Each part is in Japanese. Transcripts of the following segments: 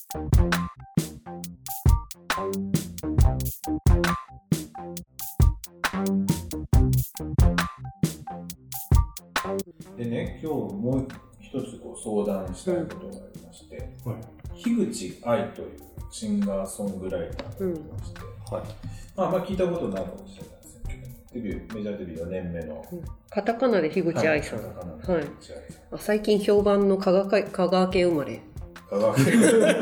でね、今日もう一つ相談したいことがありまして、はい、樋口愛というシンガーソングライターがいまして、はい、あんま聞いたことないかもしれないですけど、メジャーデビュー4年目の、 カタカナで樋口愛さん、 カタカナで樋口愛さん、 最近評判の香川県生まれ。 香川県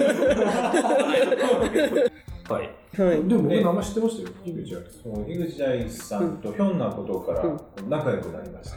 はい、はい、でも僕名前知ってましたよ、樋口愛さん。樋口愛さんとひょんなことから仲良くなりまして、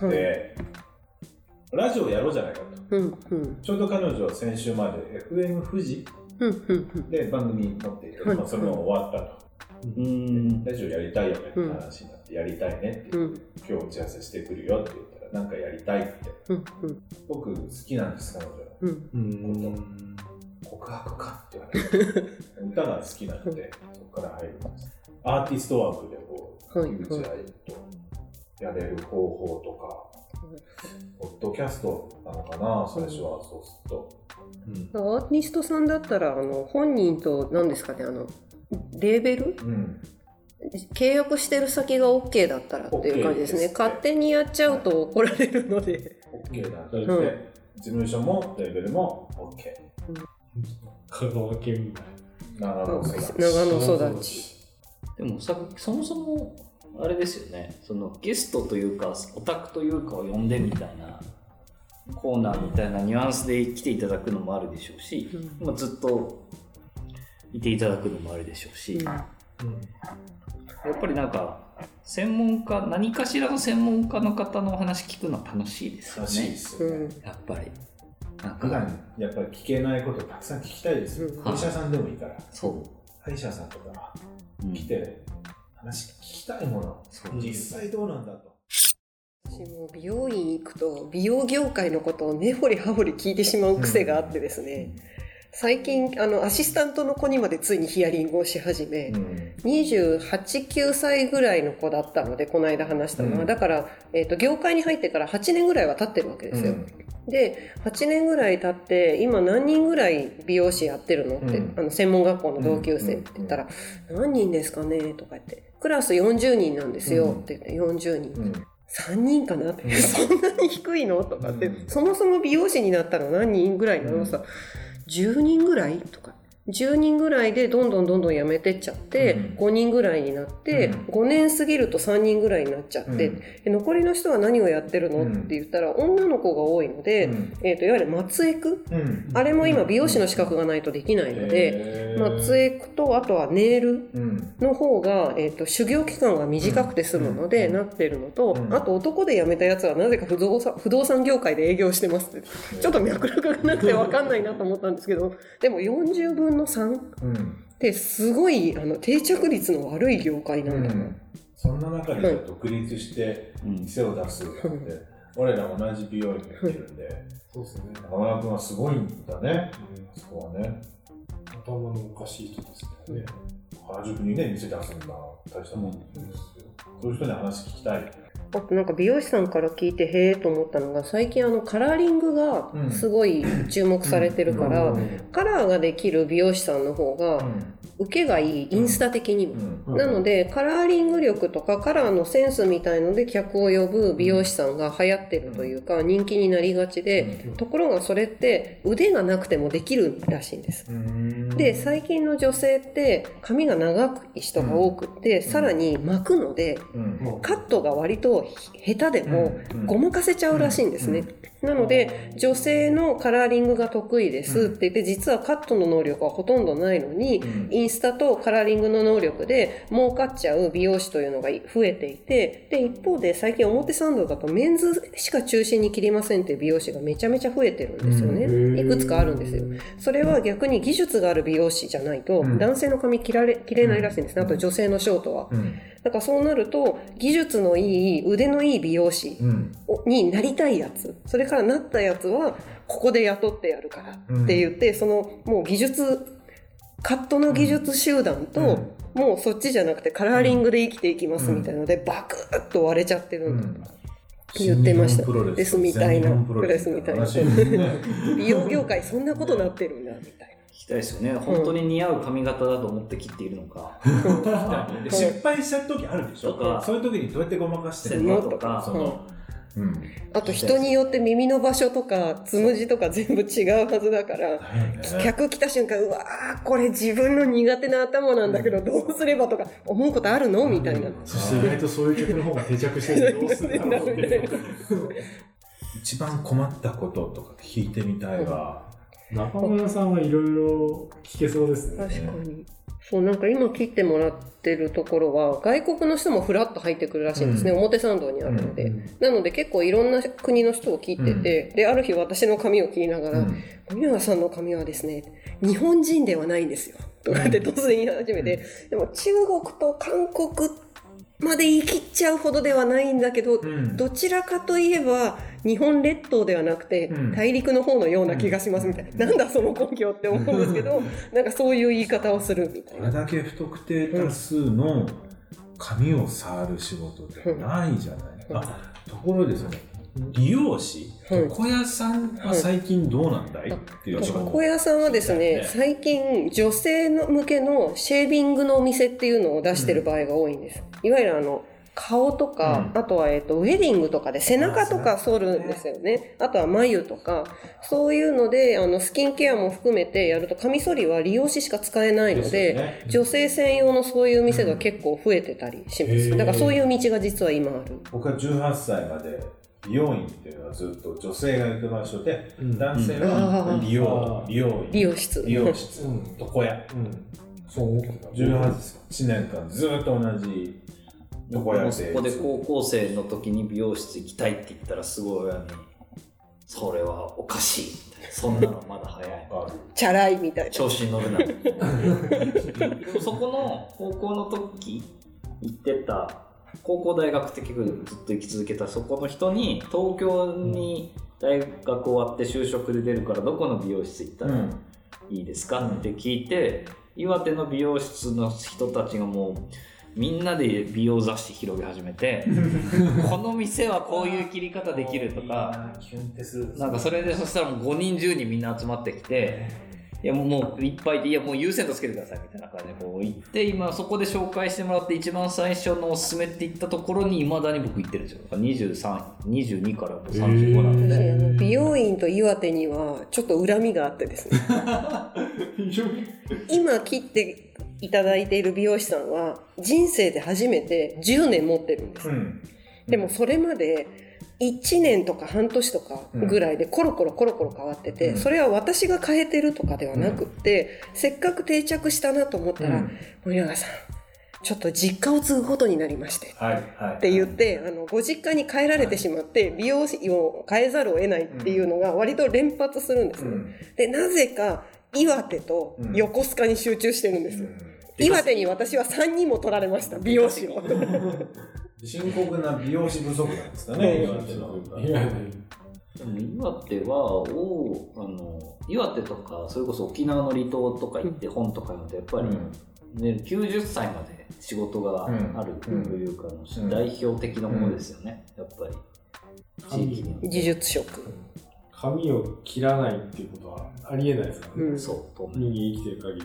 ラジオやろうじゃないかと、ちょうど彼女は先週まで FM 富士で番組持っていて、それも終わったと、ラジオやりたいよねって話になって、やりたいねって、今日打ち合わせしてくるよって言ったら、なんかやりたいって、僕好きなんです、彼女のこと。告白かって言われて歌が好きなので、そこから入ります。アーティストワークで樋口愛とやれる方法とか、ポッドキャストなのかな、最初は。そうすると、 アーティストさんだったら本人と何ですかね、レーベル、契約してる先が OK だったらっていう感じですね。勝手にやっちゃうと怒られるので OK だったら、事務所もレーベルも OK。 香川県みたいな。 長野育ち。 でもそもそもあれですよね、そのゲストというかオタクというかを呼んでみたいなコーナーみたいなニュアンスで来ていただくのもあるでしょうし、ずっといていただくのもあるでしょうし、やっぱりなんか専門家、何かしらの専門家の方のお話聞くのは楽しいですよね。楽しいですよね、やっぱり。 普段やっぱり聞けないことたくさん聞きたいですよ。歯医者さんでもいいから。歯医者さんとか来て話聞きたいもの、実際どうなんだと。 私も美容院行くと美容業界のことを根掘り葉掘り聞いてしまう癖があってですね、最近アシスタントの子にまでついにヒアリングをし始め、28、9歳ぐらいの子だったので、この間話したのは、だから、業界に入ってから8年ぐらいは経ってるわけですよ。で、8年ぐらい経って、今何人ぐらい美容師やってるのって、専門学校の同級生って言ったら、何人ですかねとか言って、クラス40人なんですよって言って、40人。3人かなって、そんなに低いのとかって、そもそも美容師になったら何人ぐらいなのさ、10人ぐらいとか、10人ぐらいでどんどん辞めてっちゃって、5人ぐらいになって、5年過ぎると3人ぐらいになっちゃって、残りの人は何をやってるのって言ったら、女の子が多いので、いわゆる松エク、あれも今美容師の資格がないとできないので、松エクとあとはネイルの方が、修行期間が短くて済むのでなってるのと、あと男で辞めたやつはなぜか不動産業界で営業してますって、ちょっと脈絡がなくて分かんないなと思ったんですけど、でも40分の3ってすごい定着率の悪い業界なんだな、 そんな中で独立して店を出すって、俺ら同じ美容院でやってるんで、 そうですね、 中村君はすごいんだね、そこはね。 頭のおかしい人ですね。 原宿にね、店出すんだ、大したもんですよ。そういう人に話聞きたい。 あとなんか美容師さんから聞いてへーと思ったのが、最近カラーリングがすごい注目されてるから、カラーができる美容師さんの方が受けがいい、インスタ的にも、なのでカラーリング力とかカラーのセンスみたいので客を呼ぶ美容師さんが流行ってるというか人気になりがちで、ところがそれって腕がなくてもできるらしいんです。で、最近の女性って髪が長い人が多くて、さらに巻くので、カットが割と下手でもごまかせちゃうらしいんですね。なので女性のカラーリングが得意ですって言って、実はカットの能力はほとんどないのに、インスタとカラーリングの能力で儲かっちゃう美容師というのが増えていて、で一方で最近表参道だとメンズしか中心に切りませんっていう美容師がめちゃめちゃ増えてるんですよね。いくつかあるんですよ。それは逆に技術がある美容師じゃないと男性の髪切れないらしいんですね。あと女性のショートは。だからそうなると技術のいい腕のいい美容師になりたいやつ、それからなったやつはここで雇ってやるからって言って、そのもうカットの技術集団と、もうそっちじゃなくてカラーリングで生きていきますみたいなので、バクッと割れちゃってるんだと言ってました。プレスみたいな。美容業界そんなことなってるんだみたいな。 きたいですよね。本当に似合う髪型だと思って切っているのか。 で失敗した時あるでしょ。そういう時にどうやってごまかしてるのとか、 あと人によって耳の場所とかつむじとか全部違うはずだから、客来た瞬間、うわーこれ自分の苦手な頭なんだけどどうすればとか思うことあるのみたいな。 そして意外とそういう客の方が定着してるどうするんだろうって一番困ったこととか聞いてみたいわ。 中村さんはいろいろ聞けそうですね。 確かに。そうなんか今切ってもらってるところは外国の人もフラッと入ってくるらしいんですね、表参道にあるので、なので結構いろんな国の人を切ってて、である日私の髪を切りながら森永さんの髪はですね日本人ではないんですよとかって突然言い始めて、でも中国と韓国まで言い切っちゃうほどではないんだけど、どちらかといえば日本列島ではなくて大陸の方のような気がしますみたいな、なんだその根拠って思うんですけどなんかそういう言い方をするみたいな。 これだけ不特定多数の髪を触る仕事ってないじゃない、ところですよね、理容師、床屋さんは最近どうなんだいっていう。 床屋さんはですね、最近女性の向けのシェービングのお店っていうのを出してる場合が多いんです。いわゆる顔とか、あとはウェディングとかで背中とか剃るんですよね。あとは眉とか、そういうのでスキンケアも含めてやると、カミソリは理容師しか使えないので、女性専用のそういう店が結構増えてたりします。だからそういう道が実は今ある。 僕は18歳まで美容院っていうのはずっと女性が行く場所で、男性は美容室、床屋、 そう思ってた。 18年間ずっと同じ床屋で、 そこで高校生の時に美容室行きたいって言ったらすごい親にそれはおかしいみたいな、そんなのまだ早いチャラいみたいな、 調子に乗るなでもそこの高校の時行ってた、高校大学って結局ずっと行き続けたそこの人に、東京に大学終わって就職で出るからどこの美容室行ったらいいですかって聞いて、岩手の美容室の人たちがもうみんなで美容雑誌広げ始めてこの店はこういう切り方できるとか、なんかそれでそしたらもう5人10人みんな集まってきて、いやもういっぱいで、いやもう優先度つけてくださいみたいな感じでこう行って、今そこで紹介してもらって一番最初のおすすめって言ったところに未だに僕行ってるんですよ。22からもう35なので、 美容院と岩手にはちょっと恨みがあってですね今切っていただいている美容師さんは人生で初めて10年持ってるんです、でもそれまで1年とか半年とかぐらいでコロコロ変わってて、それは私が変えてるとかではなくって、せっかく定着したなと思ったら、森永さんちょっと実家を継ぐことになりまして、って言ってご実家に帰られてしまって美容師を変えざるを得ないっていうのが割と連発するんですね、でなぜか岩手と横須賀に集中してるんですよ、岩手に私は3人も取られました、美容師を深刻な美容師不足なんですかね、岩手の。 岩手は岩手とかそれこそ沖縄の離島とか行って本とか読むとやっぱり、90歳まで仕事があるというか、代表的なものですよね、やっぱり地域に技術職。 髪を切らないっていうことはありえないですからね、 そう人間生きてる限り。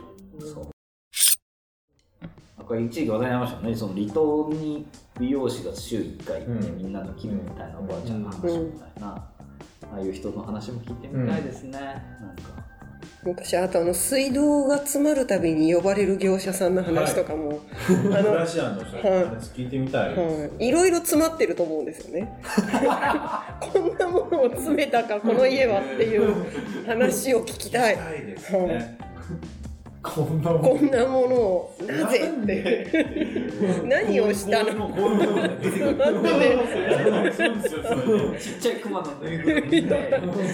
なんか一時期話題になりましたね、その離島に美容師が週1回行ってみんなの切るみたいな、おばあちゃんの話みたいな、ああいう人の話も聞いてみたいですね、なんか私あと水道が詰まるたびに呼ばれる業者さんの話とかも、 ブラシアンの人の話聞いてみたいです、 いろいろ詰まってると思うんですよねこんなものを詰めたかこの家はっていう話を聞きたいですね、 こんなものをなぜって何をしたのちっちゃいクマのぬいぐるみで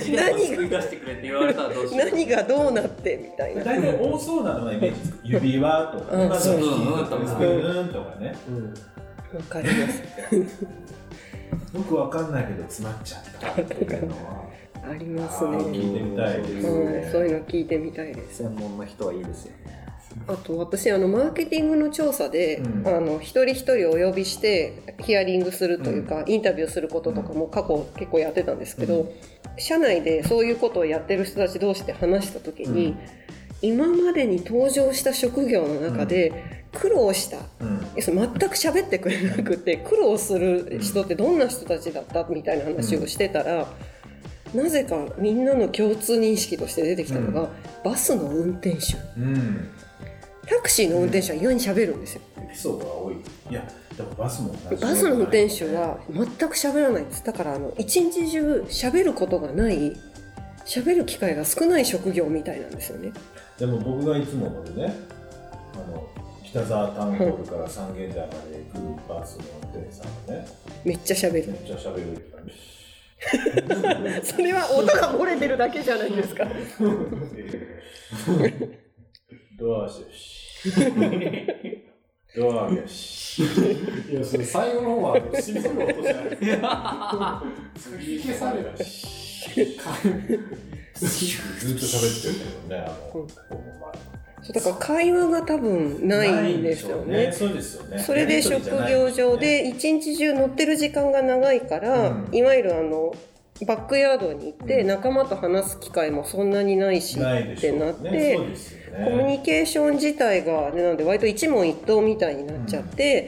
何がどうなってみたいな。 大体多そうなのはイメージです。指輪とかスプーンとかね。 わかりますよくわかんないけど詰まっちゃったっていうのはありますね。 聞いてみたいですね。 そういうの聞いてみたいです。 専門の人はいいですよね。 あと私マーケティングの調査で、一人一人お呼びしてヒアリングするというか、インタビューすることとかも過去結構やってたんですけど、社内でそういうことをやってる人たち同士で話した時に、 今までに登場した職業の中で苦労した、全く喋ってくれなくて苦労する人ってどんな人たちだったみたいな話をしてたら、なぜかみんなの共通認識として出てきたのが、バスの運転手、タクシーの運転手は意外に喋るんですよ。 エピソードが多い。いやでもバスの運転手は全く喋らないんです。だから一日中喋ることがない、喋る機会が少ない職業みたいなんですよね。 でも僕がいつも乗るね、北沢タウンホールから三軒茶屋まで行くバスの運転手さんがね、めっちゃ喋るそれは音が漏れてるだけじゃないですかドアシュシドアよし。 いや、それ最後の方はしみる音じゃないですか。消されたし。 ずっと喋ってるけどね、 だから会話が多分ないんですよね。 そうですよね。 それで職業上で一日中乗ってる時間が長いから、いわゆるバックヤードに行って仲間と話す機会もそんなにないしってなって、コミュニケーション自体がなので割と一問一答みたいになっちゃって、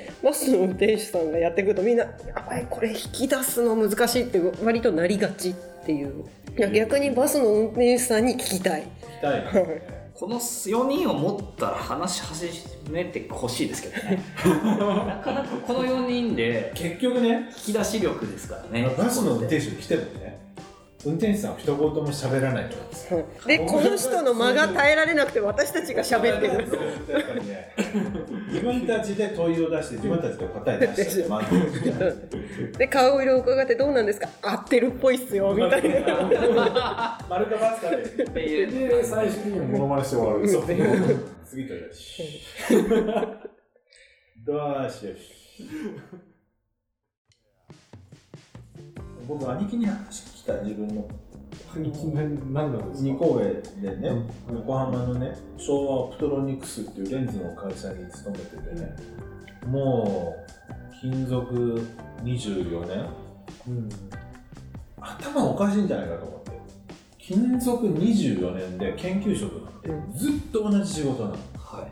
バスの運転手さんがやってくるとみんなやばいこれ引き出すの難しいって割となりがちっていう。いや逆にバスの運転手さんに聞きたい。 この4人を持ったら話し始めてほしいですけどねなかなかこの4人で結局ね引き出し力ですからね。 バスの運転手来てもね、運転手さんは一言も喋らないと思うんですよ。 でこの人の間が耐えられなくて私たちが喋ってるやっぱりね、自分たちで問いを出して自分たちで答え出して満足で顔色を伺ってどうなんですか、合ってるっぽいっすよみたいな丸か×かで最終的にモノマネして終わる。 そう次とよしどうしよし僕兄貴に話聞いた自分の兄貴何なんですか。 二公園でね、横浜のね昭和オプトロニクスっていうレンズの会社に勤めててね、もう勤続24年、頭おかしいんじゃないかと思って、勤続24年で研究職なんてずっと同じ仕事なの、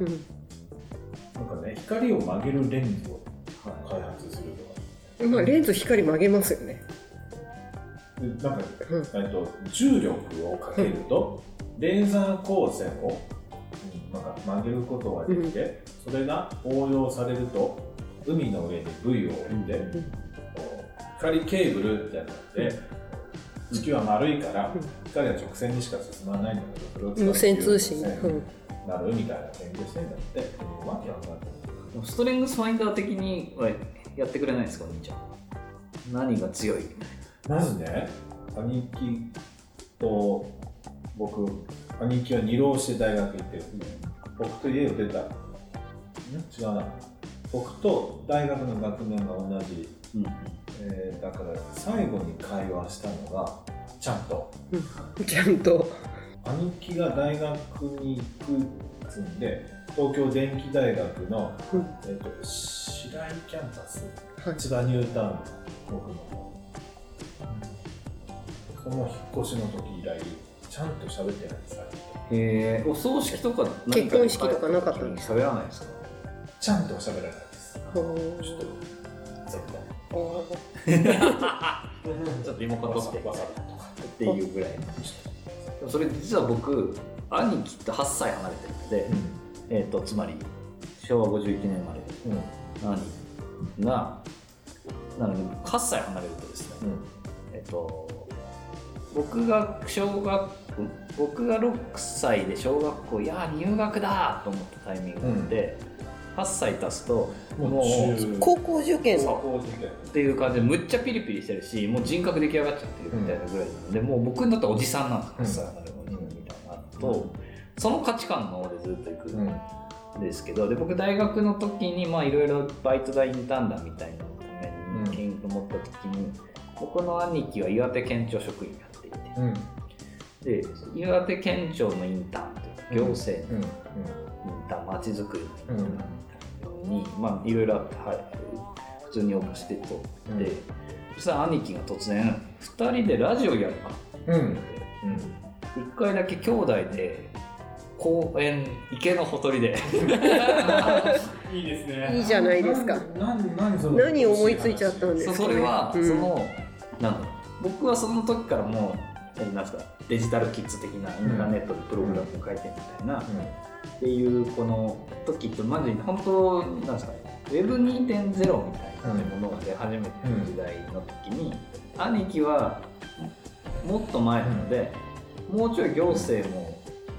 なんかね光を曲げるレンズを開発するとか、 まあレンズ光曲げますよね。 なんか、重力をかけると、レーザー光線を、なんか曲げることができて、それが応用されると海の上にブイを置いて、光ケーブルってやって地球は丸いから光は直線にしか進まないんだけど、それを無線通信になるみたいな研究してんだって。わけわかんない。 ストレングスファインダー的にはやってくれないですか、お兄ちゃん。何が強い？ まずね、兄貴と僕、兄貴は2浪して大学行ってる。僕と家を出た。違うな。僕と大学の学年が同じ。だから最後に会話したのがちゃんと。兄貴が大学に行くんで、東京電機大学の、白井キャンパス、千葉ニュータウン、僕の。その引っ越しの時以来、ちゃんと喋ってないです。 お葬式とか結婚式とかなかったんですか？ 喋らないですか？ ちゃんと喋らないです。ちょっと絶対。ちょっとリモコン取ってっていうぐらい。それ実は僕、兄貴と8歳離れてるので、つまり昭和51年生まれの兄が、なので8歳離れるとですね、僕が6歳で小学校、いや入学だと思ったタイミングで、8歳経つともう高校受験っていう感じでむっちゃピリピリしてるし、もう人格出来上がっちゃってるみたいなぐらいなので、もう僕になったらおじさんなんです、8歳離れるおじさんみたいなと、その価値観の方でずっといくんですけど、で僕大学の時にいろいろバイト代インターンだみたいなために金を持った時に、僕の兄貴は岩手県庁職員やっていて、で岩手県庁のインターンというか行政のインターン、まちづくりのインターンにいろいろあって、普通に応募してと、でそしたら兄貴が突然2人でラジオやるかって言って、1回だけ兄弟で公園池のほとりでいいですね。 いいじゃないですか。何思いついちゃったんですか。 それは、そのなんだろう、僕はその時からもうなんですか、デジタルキッズ的なインターネットでプログラムを書いてみたいな、っていうこの時ってマジに本当なんですかね、Web2.0 みたいなものが出始めてる時代の時に、兄貴はもっと前なので、もうちょい行政も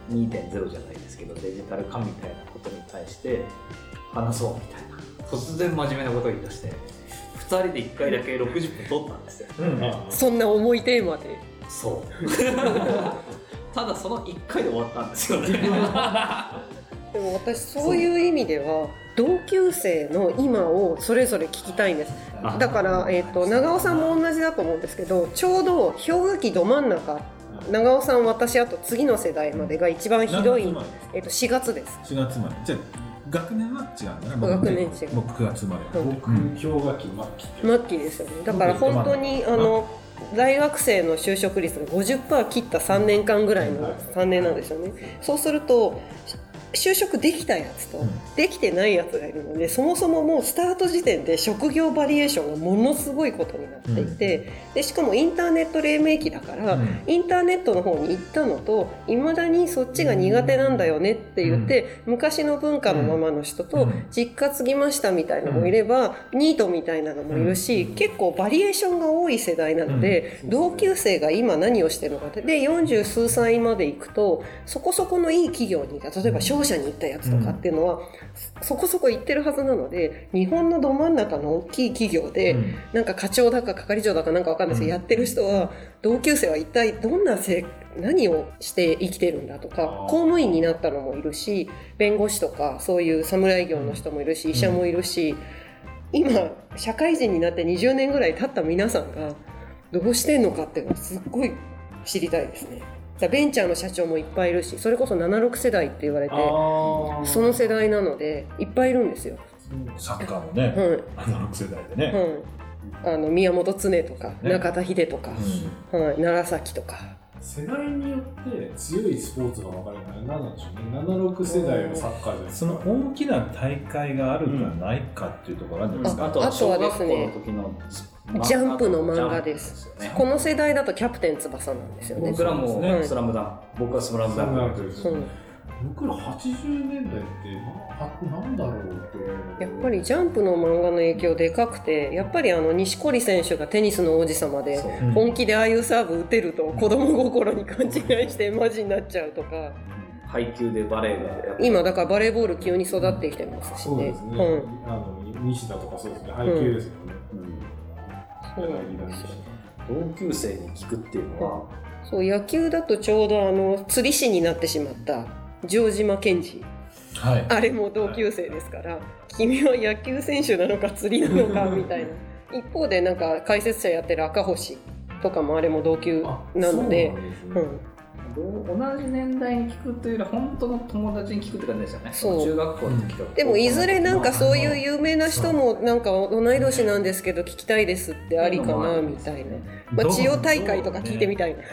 2.0 じゃないですけどデジタル化みたいなことに対して話そうみたいな、突然真面目なことを言い出して2人で1回だけ60分撮ったんですよ、 そんな重いテーマで。 そうただその1回で終わったんですよねでも私そういう意味では同級生の今をそれぞれ聞きたいんです。だから、長尾さんも同じだと思うんですけど、ちょうど氷河期ど真ん中、長尾さん、私、あと次の世代までが一番ひどい、4月です。 4月まで。じゃあ学年は違うんだね。 学年違う。 僕9月まで。 僕氷河期末期ですよね。だから本当に大学生の就職率が 50% 切った3年間ぐらいの3年なんですよね。そうすると就職できたやつとできてないやつがいるので、そもそももうスタート時点で職業バリエーションがものすごいことになっていて、でしかもインターネット黎明期だから、インターネットの方に行ったのといまだにそっちが苦手なんだよねって言って、昔の文化のままの人と実家継ぎましたみたいなのもいれば、ニートみたいなのもいるし、結構バリエーションが多い世代なので、同級生が今何をしてるのかで40数歳まで行くとそこそこのいい企業に、例えば商社に行ったやつとかっていうのは、そこそこ行ってるはずなので、日本のど真ん中の大きい企業で、なんか課長だか係長だかなんかわかんないですけど、やってる人は同級生は一体どんな何をして生きてるんだとか、公務員になったのもいるし、弁護士とかそういう侍業の人もいるし、医者もいるし、今社会人になって20年ぐらい経った皆さんがどうしてんのかっていうのはすっごい知りたいですね。ベンチャーの社長もいっぱいいるし、それこそ76世代って言われて、その世代なのでいっぱいいるんですよ。 サッカーもね、76世代でね、 宮本常とか、中田秀とか、楢崎とか。 世代によって強いスポーツが分かれない。何なんでしょうね。76世代はサッカーじゃないですか。 その大きな大会があるかないかっていうところがあるんですか。 あとはですね、 ジャンプの漫画です。この世代だとキャプテン翼なんですよね。 僕らもスラムダンク、僕はスラムダンクです。 僕ら80年代ってなんだろうって。 やっぱりジャンプの漫画の影響でかくて、やっぱり錦織選手がテニスの王子様で本気でああいうサーブ打てると子供心に勘違いしてマジになっちゃうとか。 配球でバレーが今だからバレーボール急に育ってきてますしね。そうですね。 西田とかそうですね。配球ですよね。 そうなんですよ。 同級生に聞くっていうのは、 そう野球だとちょうど釣り師になってしまった城島健二、あれも同級生ですから、君は野球選手なのか釣りなのかみたいな。一方でなんか解説者やってる赤星とかもあれも同級なので、 同じ年代に聞くというより本当の友達に聞くって感じですよね。そう中学校の時とか。 でもいずれなんかそういう有名な人もなんか同い年なんですけど聞きたいですってありかなみたいな。千代大会とか聞いてみたいな。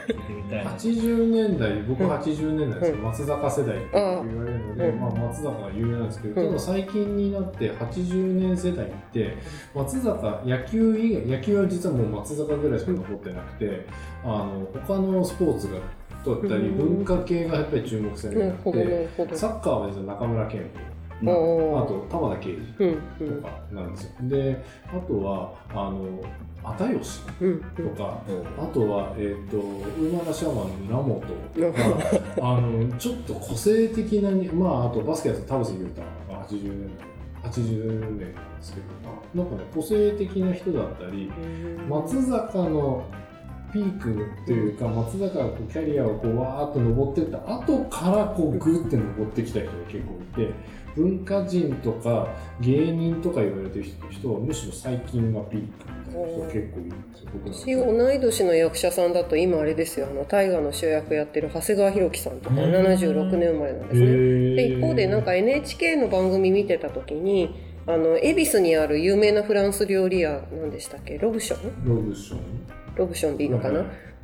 80年代、僕80年代ですけど、松坂世代って言われるので、松坂が有名なんですけど、ただ最近になって80年世代って松坂野球は実はもう松坂ぐらいしか残ってなくて、他のスポーツがだったり文化系がやっぱり注目されていて、サッカーはですね、中村健吾、あと玉田圭司とかなんですよ。で、あとは又吉とか、あとはウーマラシャマンの村本とかちょっと個性的なあとバスケだと田臥勇太が80年なんですけど、なんかね個性的な人だったり、松坂のピークというか、松坂がキャリアをわーっと上っていった後からグーって上ってきた人が結構いて、文化人とか芸人とか言われてる人はむしろ最近がピークみたいな人が結構いるんですよ。 同い年の役者さんだと今あれですよ、大河の主役やってる長谷川博己さんとか76年生まれなんですね。で一方でなんか NHK の番組見てた時に恵比寿にある有名なフランス料理屋なんでしたっけ、ロブションでいいのかな、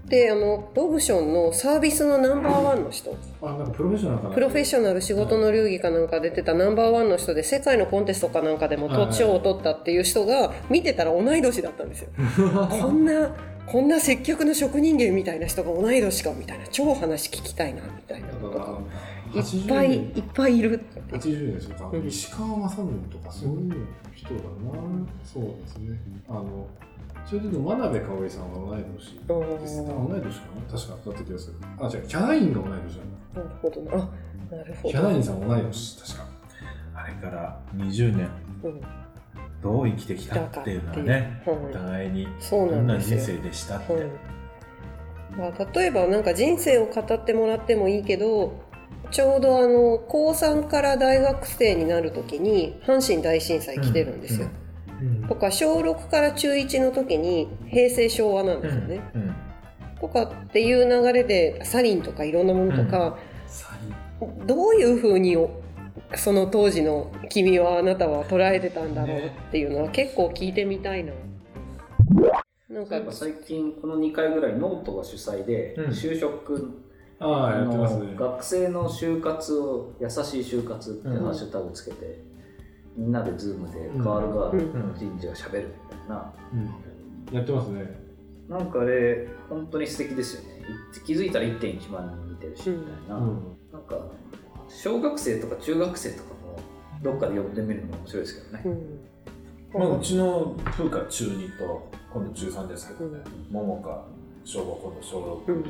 でロブションのサービスのナンバーワンの人、 なんかプロフェッショナルかな、 プロフェッショナル仕事の流儀かなんか出てたナンバーワンの人で、世界のコンテストかなんかでも賞を取ったっていう人が見てたら同い年だったんですよこんな接客の職人芸みたいな人が同い年かみたいな、超話聞きたいなみたいなことがいっぱいいる。 80年ですか、石川正則とかそういう人だな、そうですね。それで真鍋かおりさんは同い年ですね。同い年かな、確かだった気がする。違う、キャナインが同い年だな。 なるほどな。なるほど。 キャナインさん同い年、確か。 あれから20年、どう生きてきたっていうのはね、お互いにどんな人生でしたって。 例えばなんか人生を語ってもらってもいいけど、ちょうど高3から大学生になる時に阪神大震災来てるんですよ。とか小6から中1の時に平成昭和なんですよね。とかっていう流れでサリンとかいろんなものとか、どういうふうにその当時の君はあなたは捉えてたんだろうっていうのは結構聞いてみたいな。 なんか最近この2回ぐらいノートが主催で就職やってますね。 学生の就活を優しい就活ってハッシュタグつけて、みんなでズームでガールガールの人事がしゃべるみたいな、 やってますね。 なんかあれ本当に素敵ですよね。気づいたら 1.1 万人見てるしみたいな、なんか小学生とか中学生とかもどっかで呼んでみるのも面白いですけどね。 うちの風花中2と今度中3ですけどね、桃香小5今度小6、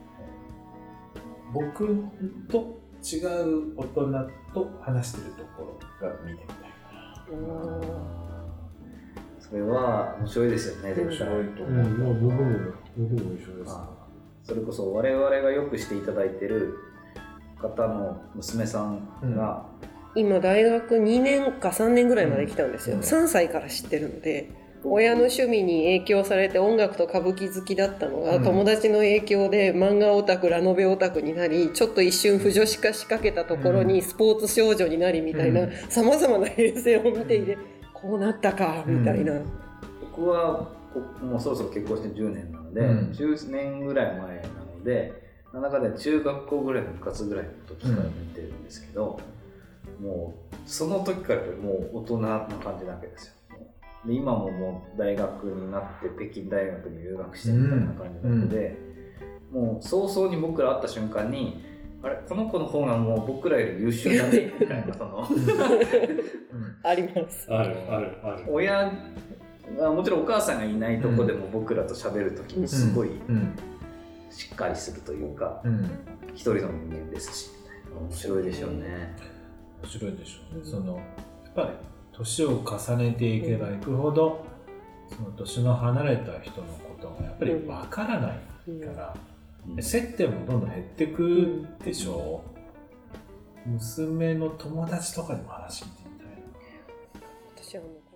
僕と違う大人と話してるところが見てみたいな。 それは面白いですよね。 面白いと思う。 僕も一緒です。 それこそ我々がよくしていただいてる方の娘さんが、 今大学2年か3年ぐらいまで来たんですよ。3歳から知ってるので、親の趣味に影響されて音楽と歌舞伎好きだったのが、友達の影響で漫画オタクラノベオタクになり、ちょっと一瞬不女子化しかけたところにスポーツ少女になりみたいな、さまざまな平成を見ていて、こうなったかみたいな。 僕はもうそろそろ結婚して10年なので、10年ぐらい前なので、中で中学校ぐらいの部活ぐらいの時から見てるんですけど、もうその時からもう大人な感じなわけですよ。で今ももう大学になって北京大学に留学してみたいな感じなので、もう早々に僕ら会った瞬間に、あれこの子の方がもう僕らより優秀だねみたいなそのあります。 ある。 親がもちろんお母さんがいないとこでも僕らと喋る時にすごいしっかりするというか、一人の人間ですし面白いでしょうね。 面白いでしょうね。そのやっぱり年を重ねていけばいくほど、その年の離れた人のことがやっぱりわからないから、接点もどんどん減ってくでしょう。娘の友達とかにも話聞いてみたいな。 私